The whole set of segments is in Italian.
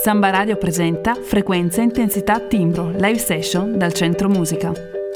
Samba Radio presenta Frequenza, Intensità, Timbro, live session dal Centro Musica.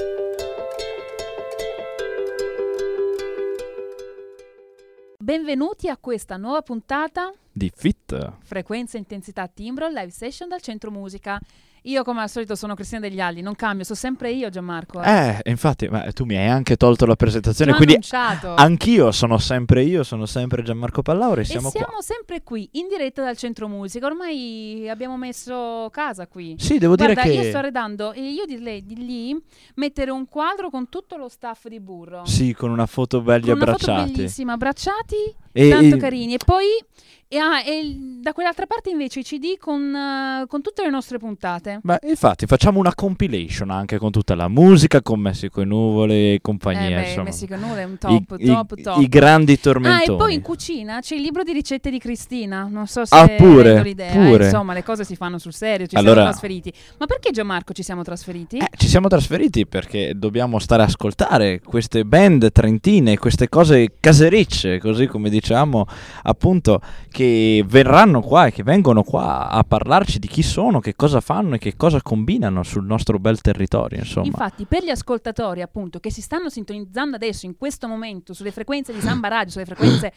Benvenuti a questa nuova puntata di FIT Frequenza, Intensità, Timbro, live session dal Centro Musica. Io come al solito sono Cristina Degli Alli, non cambio, sono sempre io Gianmarco. Infatti, ma tu mi hai anche tolto la presentazione, L'ho quindi annunciato. Anch'io sono sempre io, sono sempre Gianmarco Pallauri, siamo qua. Sempre qui, in diretta dal Centro Musica, ormai abbiamo messo casa qui. Sì, devo Guarda, dire che... io sto arredando e io direi di lì mettere un quadro con tutto lo staff di Burro. Sì, con una foto belli con abbracciati. Una foto bellissima, abbracciati, tanto carini. E poi... E da quell'altra parte invece i CD con tutte le nostre puntate. Beh, infatti facciamo una compilation anche con tutta la musica, con Messico e Nuvole e compagnia. Insomma. Messico e Nuvole è un top. I grandi tormentoni. E poi in cucina c'è il libro di ricette di Cristina. Non so se pure, l'idea. Pure. Insomma, le cose si fanno sul serio, ci siamo trasferiti. Ma perché Gianmarco ci siamo trasferiti? Ci siamo trasferiti perché dobbiamo stare a ascoltare queste band trentine, queste cose casericce, così come diciamo, appunto, che verranno qua e che vengono qua a parlarci di chi sono, che cosa fanno e che cosa combinano sul nostro bel territorio, insomma. Infatti, per gli ascoltatori, appunto, che si stanno sintonizzando adesso, in questo momento, sulle frequenze di Samba Radio, sulle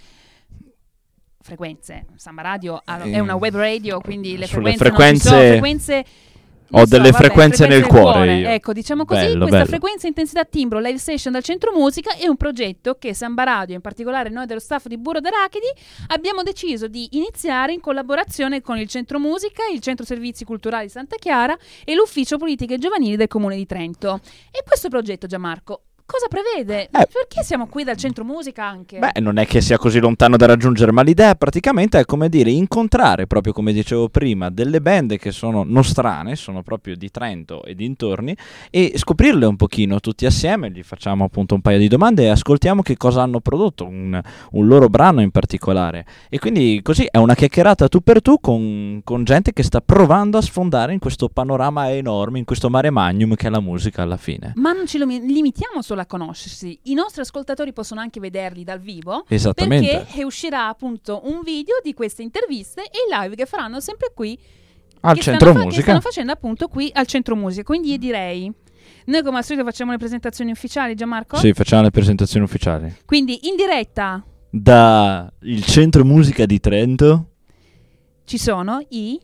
frequenze, Samba Radio è una web radio, quindi le frequenze non ci sono, frequenze... Ho delle frequenze nel cuore io. Ecco, diciamo così, bello, questa bello. Frequenza, Intensità, Timbro, live session dal Centro Musica è un progetto che Samba Radio, in particolare noi dello staff di Burro d'Arachidi, abbiamo deciso di iniziare in collaborazione con il Centro Musica, il Centro Servizi Culturali di Santa Chiara e l'Ufficio Politiche Giovanili del Comune di Trento. E questo progetto, Gianmarco, cosa prevede? Perché siamo qui dal Centro Musica anche? Beh, non è che sia così lontano da raggiungere, ma l'idea praticamente è, come dire, incontrare, proprio come dicevo prima, delle band che sono nostrane, sono proprio di Trento e dintorni, e scoprirle un pochino tutti assieme. Gli facciamo appunto un paio di domande e ascoltiamo che cosa hanno prodotto, un loro brano in particolare. E quindi così è una chiacchierata tu per tu con gente che sta provando a sfondare in questo panorama enorme, in questo mare magnum che è la musica alla fine. Ma non ci limitiamo solo a conoscersi, i nostri ascoltatori possono anche vederli dal vivo. Esattamente. Perché uscirà appunto un video di queste interviste e i live che faranno sempre qui al Centro Musica, che stanno facendo appunto qui al Centro Musica. Quindi io direi, noi come al solito facciamo le presentazioni ufficiali, Gianmarco? Sì, facciamo le presentazioni ufficiali. Quindi in diretta da il Centro Musica di Trento ci sono i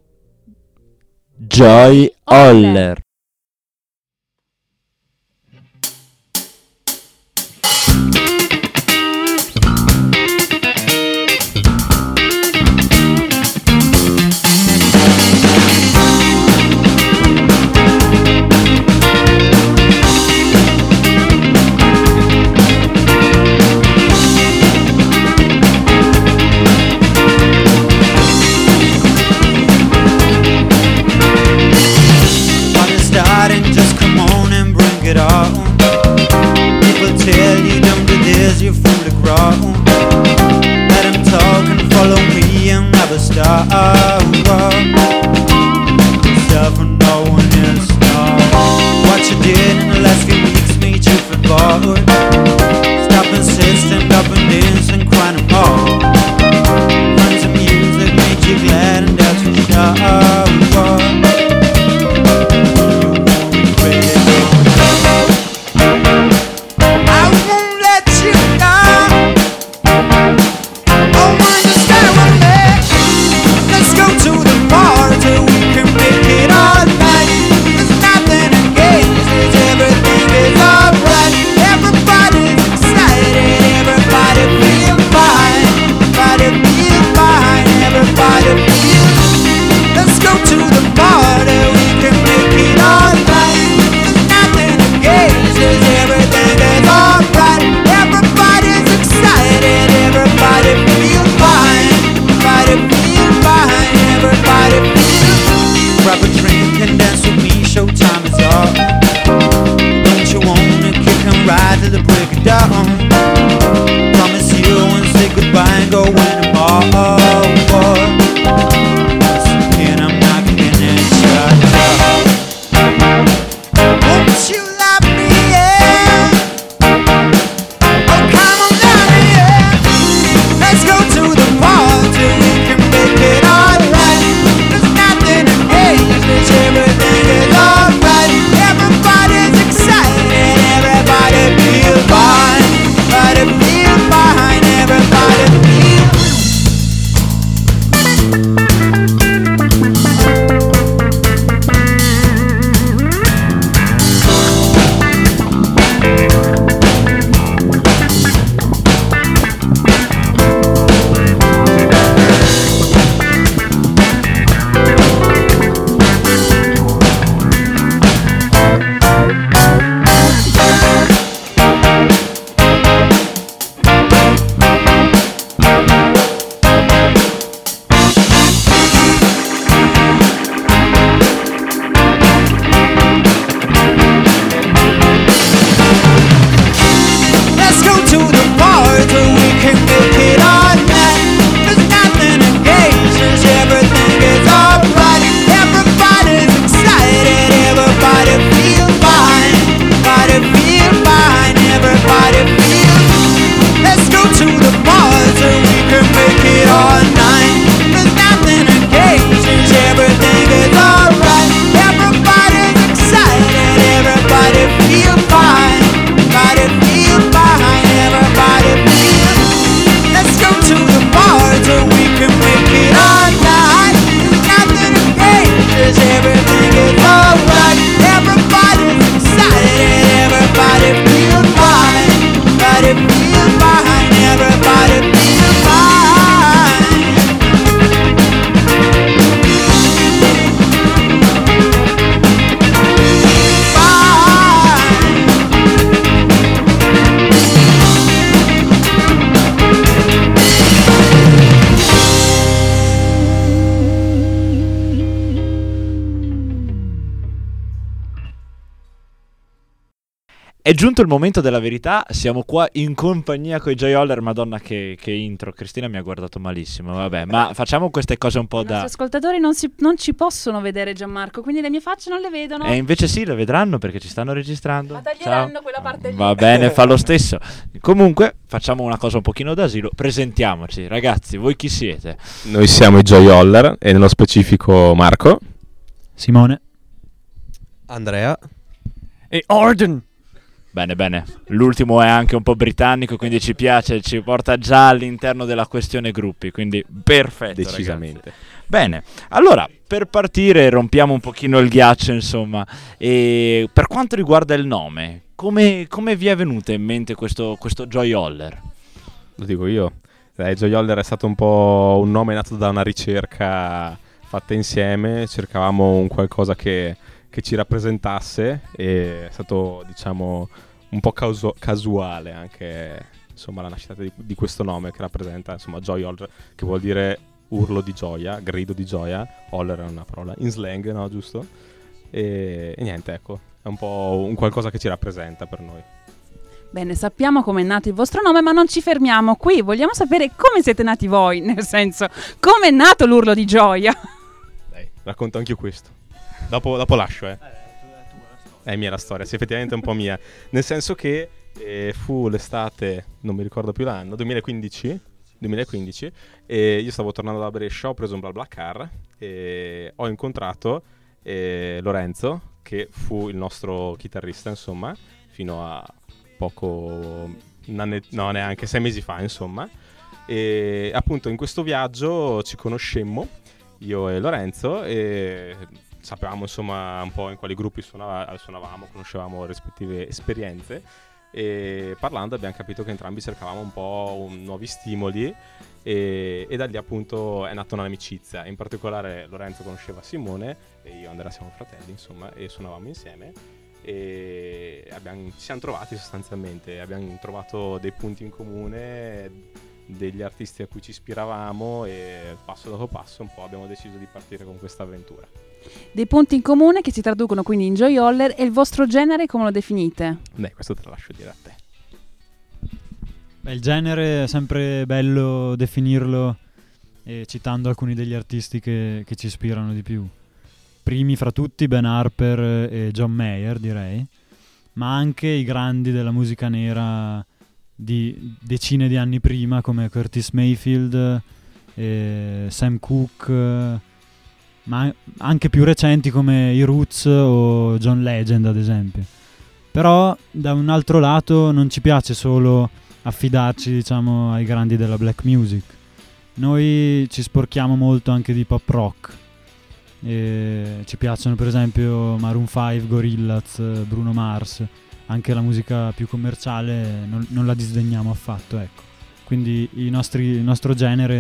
Joy Holler. Let's go to the bar. È giunto il momento della verità, siamo qua in compagnia con i Joyholler. Madonna che intro, Cristina mi ha guardato malissimo, vabbè, ma facciamo queste cose un po' I nostri ascoltatori non ci possono vedere, Gianmarco, quindi le mie facce non le vedono. E invece sì, le vedranno perché ci stanno registrando. Ma taglieranno quella parte lì. Va bene, fa lo stesso. Comunque, facciamo una cosa un pochino d'asilo, presentiamoci. Ragazzi, voi chi siete? Noi siamo i Joyholler e nello specifico Marco, Simone Andrea e Arden. Bene, l'ultimo è anche un po' britannico, quindi ci piace, ci porta già all'interno della questione gruppi, quindi perfetto, decisamente. Ragazzi. Bene, allora, per partire rompiamo un pochino il ghiaccio, insomma, e per quanto riguarda il nome, come vi è venuto in mente questo Joyholler? Lo dico io. Joyholler è stato un po' un nome nato da una ricerca fatta insieme, cercavamo un qualcosa che ci rappresentasse e è stato, diciamo, un po' casuale anche, insomma, la nascita di questo nome che rappresenta, insomma, Joyholler, che vuol dire urlo di gioia, grido di gioia. Holler è una parola in slang, no, giusto? E niente, ecco, è un po' un qualcosa che ci rappresenta per noi. Bene, sappiamo come è nato il vostro nome, ma non ci fermiamo qui. Vogliamo sapere come siete nati voi, nel senso, come è nato l'urlo di gioia. Dai, racconto anche io questo. Dopo lascio, È mia la storia, sì, effettivamente è un po' mia. Nel senso che fu l'estate, non mi ricordo più l'anno, 2015, e io stavo tornando da Brescia, ho preso un BlaBlaCar e ho incontrato Lorenzo, che fu il nostro chitarrista, insomma, fino a neanche 6 mesi fa, insomma. E appunto in questo viaggio ci conoscemmo, io e Lorenzo, e sapevamo, insomma, un po' in quali gruppi suonavamo, conoscevamo le rispettive esperienze, e parlando abbiamo capito che entrambi cercavamo un po' nuovi stimoli, e da lì appunto è nata un'amicizia. In particolare Lorenzo conosceva Simone e io e Andrea siamo fratelli, insomma, e suonavamo insieme e ci siamo trovati sostanzialmente, abbiamo trovato dei punti in comune, degli artisti a cui ci ispiravamo, e passo dopo passo un po' abbiamo deciso di partire con questa avventura. Dei punti in comune che si traducono quindi in Joyholler, e il vostro genere come lo definite? Beh, questo te lo lascio dire a te. Beh, il genere è sempre bello definirlo citando alcuni degli artisti che ci ispirano di più. Primi fra tutti Ben Harper e John Mayer, direi, ma anche i grandi della musica nera di decine di anni prima, come Curtis Mayfield, Sam Cooke, ma anche più recenti come i Roots o John Legend, ad esempio. Però da un altro lato non ci piace solo affidarci, diciamo, ai grandi della black music. Noi ci sporchiamo molto anche di pop rock. Ci piacciono per esempio Maroon 5, Gorillaz, Bruno Mars. Anche la musica più commerciale non la disdegniamo affatto, ecco. Quindi il nostro genere,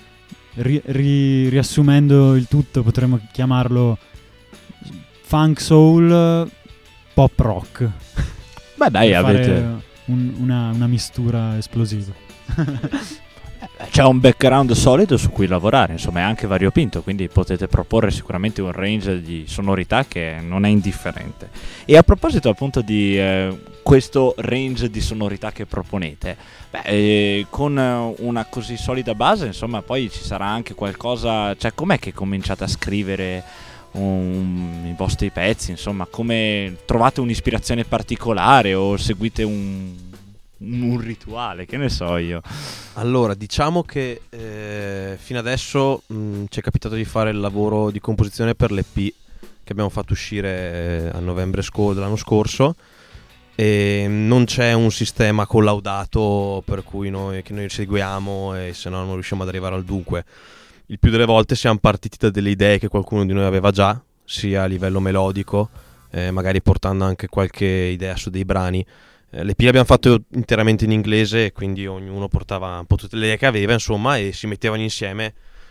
riassumendo il tutto, potremmo chiamarlo funk soul pop rock. Beh, dai, avete una mistura esplosiva. C'è un background solido su cui lavorare, insomma, è anche variopinto, quindi potete proporre sicuramente un range di sonorità che non è indifferente. E a proposito appunto di questo range di sonorità che proponete, con una così solida base, insomma, poi ci sarà anche qualcosa, cioè com'è che cominciate a scrivere i vostri pezzi, insomma, come trovate un'ispirazione particolare o seguite un rituale, che ne so io. Allora, diciamo che fino adesso ci è capitato di fare il lavoro di composizione per l'EP che abbiamo fatto uscire a novembre dell'anno scorso, e non c'è un sistema collaudato per cui noi seguiamo, e se no non riusciamo ad arrivare al dunque. Il più delle volte siamo partiti da delle idee che qualcuno di noi aveva già, sia a livello melodico, magari portando anche qualche idea su dei brani. L'EP l'abbiamo fatto interamente in inglese, quindi ognuno portava un po' tutte le idee che aveva, insomma, e si mettevano insieme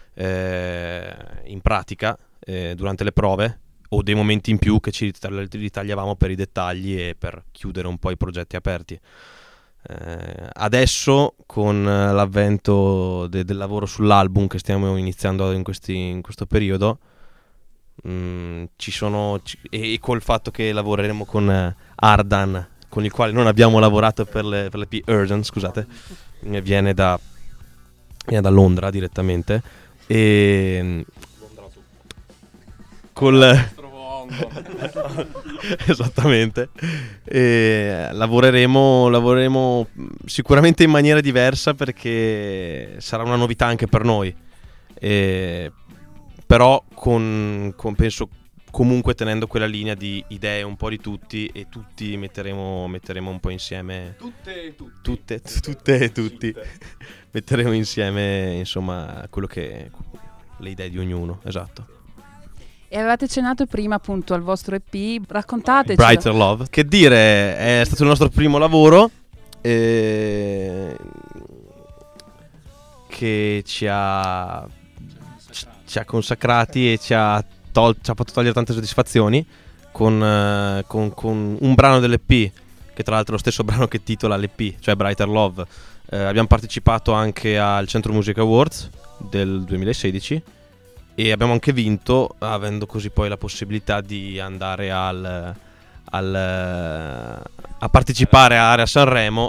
in pratica durante le prove, o dei momenti in più che ci ritagliavamo per i dettagli e per chiudere un po' i progetti aperti. Adesso, con l'avvento del lavoro sull'album che stiamo iniziando in questo periodo, e col fatto che lavoreremo con Ardan con il quale non abbiamo lavorato per l'EP Urgent, scusate, viene da Londra direttamente, e esattamente, e lavoreremo sicuramente in maniera diversa, perché sarà una novità anche per noi, però penso comunque tenendo quella linea di idee un po' di tutti, e tutti metteremo un po' insieme tutte e tutti metteremo insieme, insomma, le idee di ognuno. Esatto. E avevate cenato prima appunto al vostro EP, raccontateci. Brighter Love, che dire, è stato il nostro primo lavoro, che ci ha consacrati e ci ha fatto togliere tante soddisfazioni con un brano dell'EP, che tra l'altro è lo stesso brano che titola l'EP, cioè Brighter Love. Abbiamo partecipato anche al Centro Music Awards del 2016 e abbiamo anche vinto, avendo così poi la possibilità di andare a partecipare a Sanremo.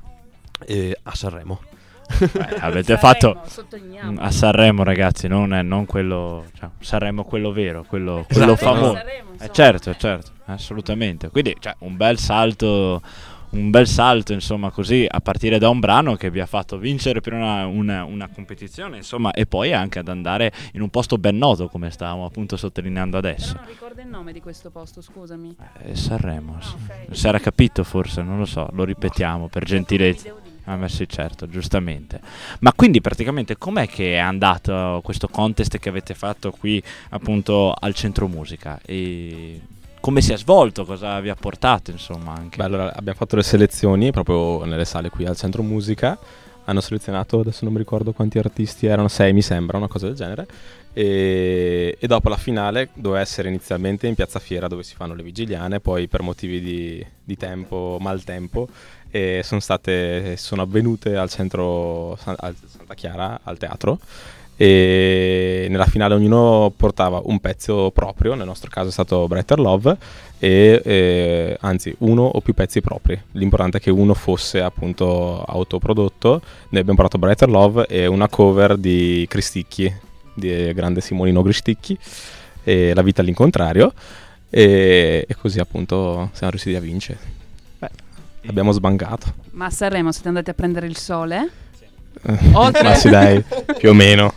Avete fatto a Sanremo, ragazzi, non quello, cioè, Sanremo quello vero, quello Esatto, famoso. Sanremo, Certo, assolutamente. Quindi un bel salto, insomma, così, a partire da un brano che vi ha fatto vincere per una competizione, insomma, e poi anche ad andare in un posto ben noto, come stavamo appunto sottolineando adesso. Però non ricordo il nome di questo posto, scusami. Sanremo, ok. si era capito forse, non lo so, lo ripetiamo per gentilezza. Sì, certo, giustamente. Ma quindi praticamente com'è che è andato questo contest che avete fatto qui appunto al Centro Musica? E come si è svolto? Cosa vi ha portato, insomma, anche? Beh, allora abbiamo fatto le selezioni proprio nelle sale qui al Centro Musica. Hanno selezionato, adesso non mi ricordo quanti artisti erano, 6 mi sembra, una cosa del genere. E dopo la finale doveva essere inizialmente in Piazza Fiera, dove si fanno le vigiliane, poi per motivi di tempo, maltempo, sono avvenute al centro al Santa Chiara, al teatro, e nella finale ognuno portava un pezzo proprio. Nel nostro caso è stato Brighter Love, anzi uno o più pezzi propri, l'importante è che uno fosse appunto autoprodotto. Noi abbiamo portato Brighter Love e una cover di Cristicchi, di grande Simonino Cristicchi, e La vita all'incontrario, e così appunto siamo riusciti a vincere. Abbiamo sbangato. Ma a Sanremo siete andati a prendere il sole? Oltre. Ma sì, dai, più o meno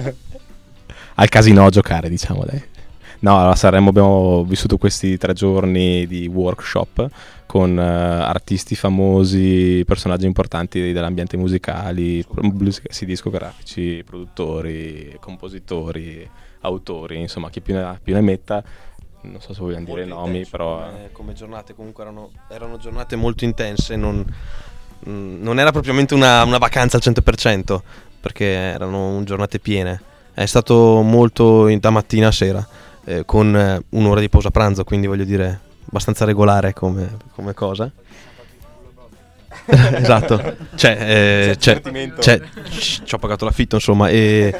al casino a giocare, diciamo, dai. No, a Sanremo abbiamo vissuto questi 3 giorni di workshop con artisti famosi, personaggi importanti dell'ambiente musicali, discografici, produttori, compositori, autori, insomma, chi più ne metta. Non so se vogliamo dire nomi, però come giornate comunque erano giornate molto intense, non era propriamente una vacanza al 100%, perché erano giornate piene. È stato molto da mattina a sera, con un'ora di pausa pranzo, quindi voglio dire abbastanza regolare come cosa. Esatto, ci ho pagato l'affitto, insomma, e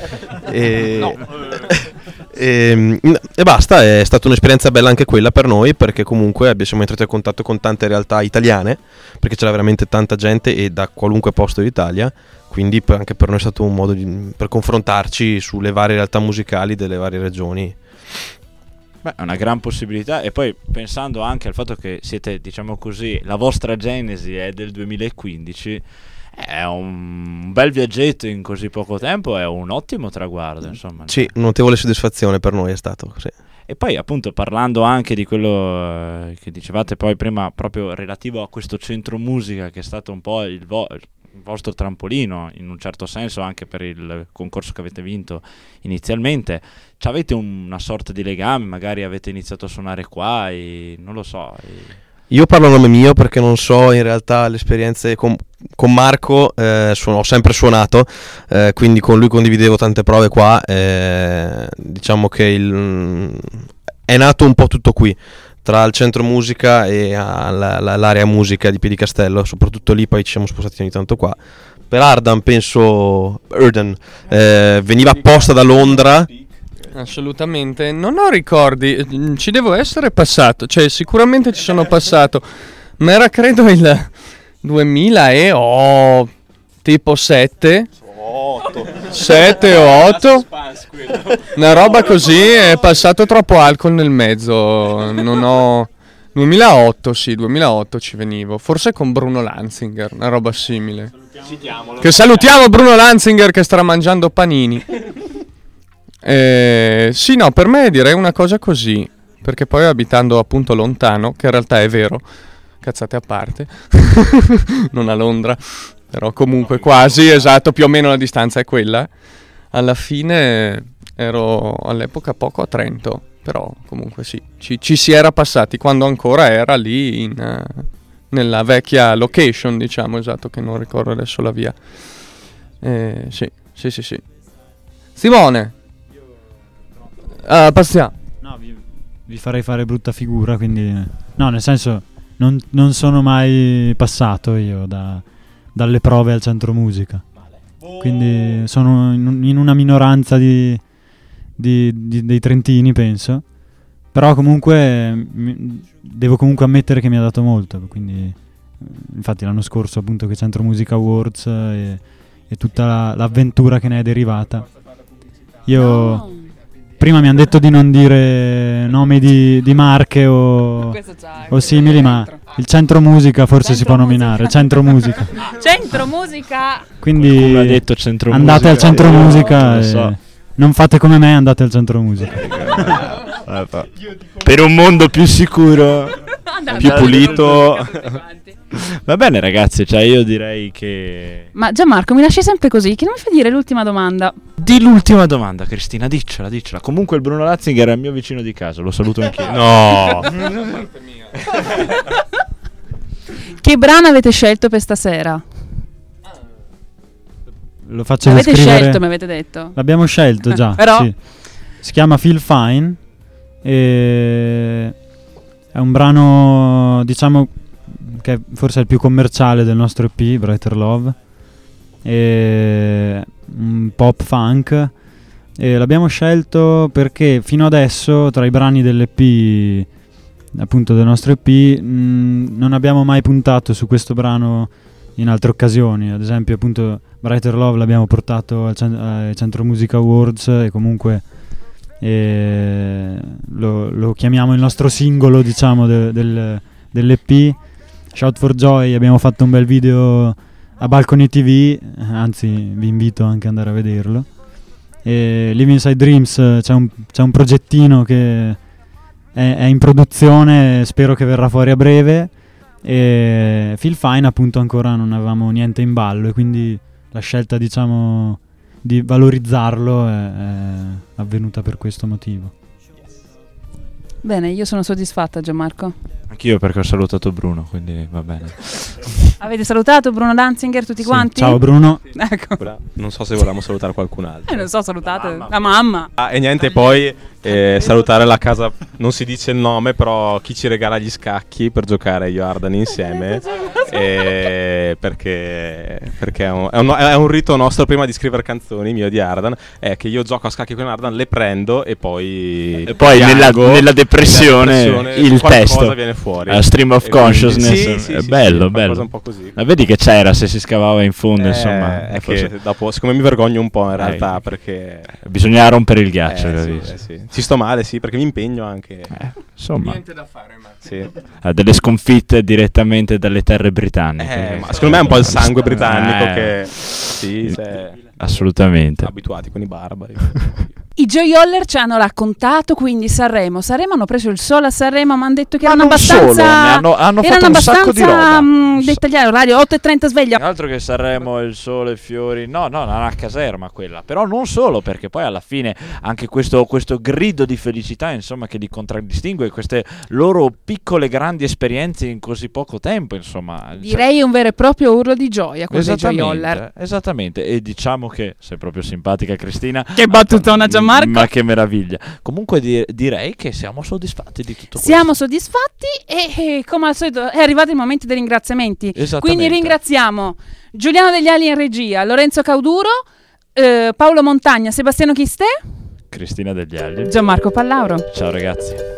basta. È stata un'esperienza bella anche quella per noi, perché comunque siamo entrati in contatto con tante realtà italiane, perché c'era veramente tanta gente e da qualunque posto d'Italia, quindi anche per noi è stato un modo per confrontarci sulle varie realtà musicali delle varie regioni. Beh, è una gran possibilità, e poi pensando anche al fatto che siete, diciamo così, la vostra genesi è del 2015, è un bel viaggetto in così poco tempo, è un ottimo traguardo, insomma. Sì, notevole soddisfazione per noi è stato, sì. E poi appunto parlando anche di quello che dicevate poi prima, proprio relativo a questo Centro Musica, che è stato un po' il vostro trampolino in un certo senso anche per il concorso che avete vinto inizialmente, avete una sorta di legame, magari avete iniziato a suonare qua e non lo so. Io parlo a nome mio perché non so in realtà le esperienze con Marco, ho sempre suonato, quindi con lui condividevo tante prove qua, diciamo che è nato un po' tutto qui, tra il centro musica e l'area musica di Piedicastello, soprattutto lì, poi ci siamo spostati ogni tanto qua. Per Ardan penso veniva apposta da Londra. Assolutamente, non ho ricordi, ci devo essere passato, cioè sicuramente ci sono passato, Ma era credo il 2000 e tipo 7 o 8. Una roba così, è passato troppo alcol nel mezzo. 2008 ci venivo. Forse con Bruno Lanzinger, una roba simile. Che salutiamo Bruno Lanzinger che starà mangiando panini. Sì, no, per me direi una cosa così. Perché poi abitando appunto lontano, che in realtà è vero, cazzate a parte, non a Londra, però comunque quasi, esatto, più o meno la distanza è quella. Alla fine ero all'epoca poco a Trento, però comunque sì, ci si era passati quando ancora era lì nella vecchia location, diciamo, esatto, che non ricordo adesso la via. Sì. Simone, passiamo. No, vi farei fare brutta figura, quindi no, nel senso non sono mai passato io dalle prove al centro musica, quindi sono in una minoranza dei trentini, penso, però comunque devo comunque ammettere che mi ha dato molto, quindi infatti l'anno scorso appunto che Centro Musica Awards e tutta l'avventura che ne è derivata. Io prima mi hanno detto di non dire nomi di marche o simili, ma il Centro Musica forse si può nominare, Centro Musica. Centro Musica. Quindi Come ha detto Centro andate Musica, al Centro Musica lo so. e non fate come me, andate al Centro Musica. Per un mondo più sicuro, più pulito. Va bene ragazzi, cioè io direi che... Ma Gianmarco, mi lasci sempre così, che non mi fa dire l'ultima domanda. Di l'ultima domanda, Cristina, diccela. Comunque il Bruno Lanzinger è il mio vicino di casa, lo saluto anch'io. No! Che brano avete scelto per stasera? Lo faccio L'avete descrivere. scelto, mi avete detto. L'abbiamo scelto già. Però- sì. Si chiama Feel Fine. E è un brano, diciamo, che forse è il più commerciale del nostro EP, Brighter Love. E un pop funk. E l'abbiamo scelto perché fino adesso, tra i brani dell'EP, appunto del nostro EP, non abbiamo mai puntato su questo brano in altre occasioni. Ad esempio, appunto, Brighter Love l'abbiamo portato ai Centro Musica Awards e comunque lo chiamiamo il nostro singolo, diciamo, dell'EP. Shout for Joy, abbiamo fatto un bel video a Balcony TV, anzi vi invito anche ad andare a vederlo. E Live Inside Dreams, c'è un progettino che è in produzione, spero che verrà fuori a breve. E Feel Fine appunto ancora non avevamo niente in ballo e quindi la scelta, diciamo, di valorizzarlo è avvenuta per questo motivo. Bene, io sono soddisfatta, Gianmarco. Anch'io, perché ho salutato Bruno, quindi va bene. Avete salutato Bruno Lanzinger tutti Sì, quanti? ciao Bruno. Ecco. Non so se volevamo salutare qualcun altro. Non so, salutate la mamma. E niente, poi salutare la casa, non si dice il nome, però chi ci regala gli scacchi per giocare io e Ardan insieme, perché è un rito nostro prima di scrivere canzoni, mio e di Ardan, è che io gioco a scacchi con Ardan, le prendo e poi nella depressione il qualcosa testo viene fuori. stream of E quindi- consciousness. sì, è sì, bello, sì, bello. qualcosa un po' così. Ma vedi che c'era se si scavava in fondo, insomma. È forse- che dopo, siccome mi vergogno un po' in realtà, perché Bisogna rompere il ghiaccio, capisci? sì. Ci sto male, sì, perché mi impegno anche. Insomma, Niente da fare, ma Sì. ha delle sconfitte direttamente dalle terre britanniche. Ma secondo me è un po' il sangue britannico Eh. che sì, Assolutamente. abituati con i barbari. I Joyoller ci hanno raccontato quindi Sanremo hanno preso il sole a Sanremo, mi hanno detto che Ma erano non solo, abbastanza hanno erano fatto un sacco di abbastanza roba. dettagliati, orario 8:30 sveglia. Altro che Sanremo, il sole, fiori, no, una caserma quella. Però non solo, perché poi alla fine anche questo grido di felicità, insomma, che li contraddistingue, queste loro piccole grandi esperienze in così poco tempo, insomma. Direi un vero e proprio urlo di gioia quello dei Joyoller. Esattamente, e diciamo che sei proprio simpatica, Cristina. Che battutona, Gianmarco. Ma che meraviglia. Comunque direi che siamo soddisfatti di tutto Siamo soddisfatti e come al solito è arrivato il momento dei ringraziamenti. Esattamente. Quindi ringraziamo Giuliano Degli Ali in regia, Lorenzo Cauduro, Paolo Montagna, Sebastiano Chistè, questo. Cristina Degli Agli. Gianmarco Pallauro. Ciao ragazzi.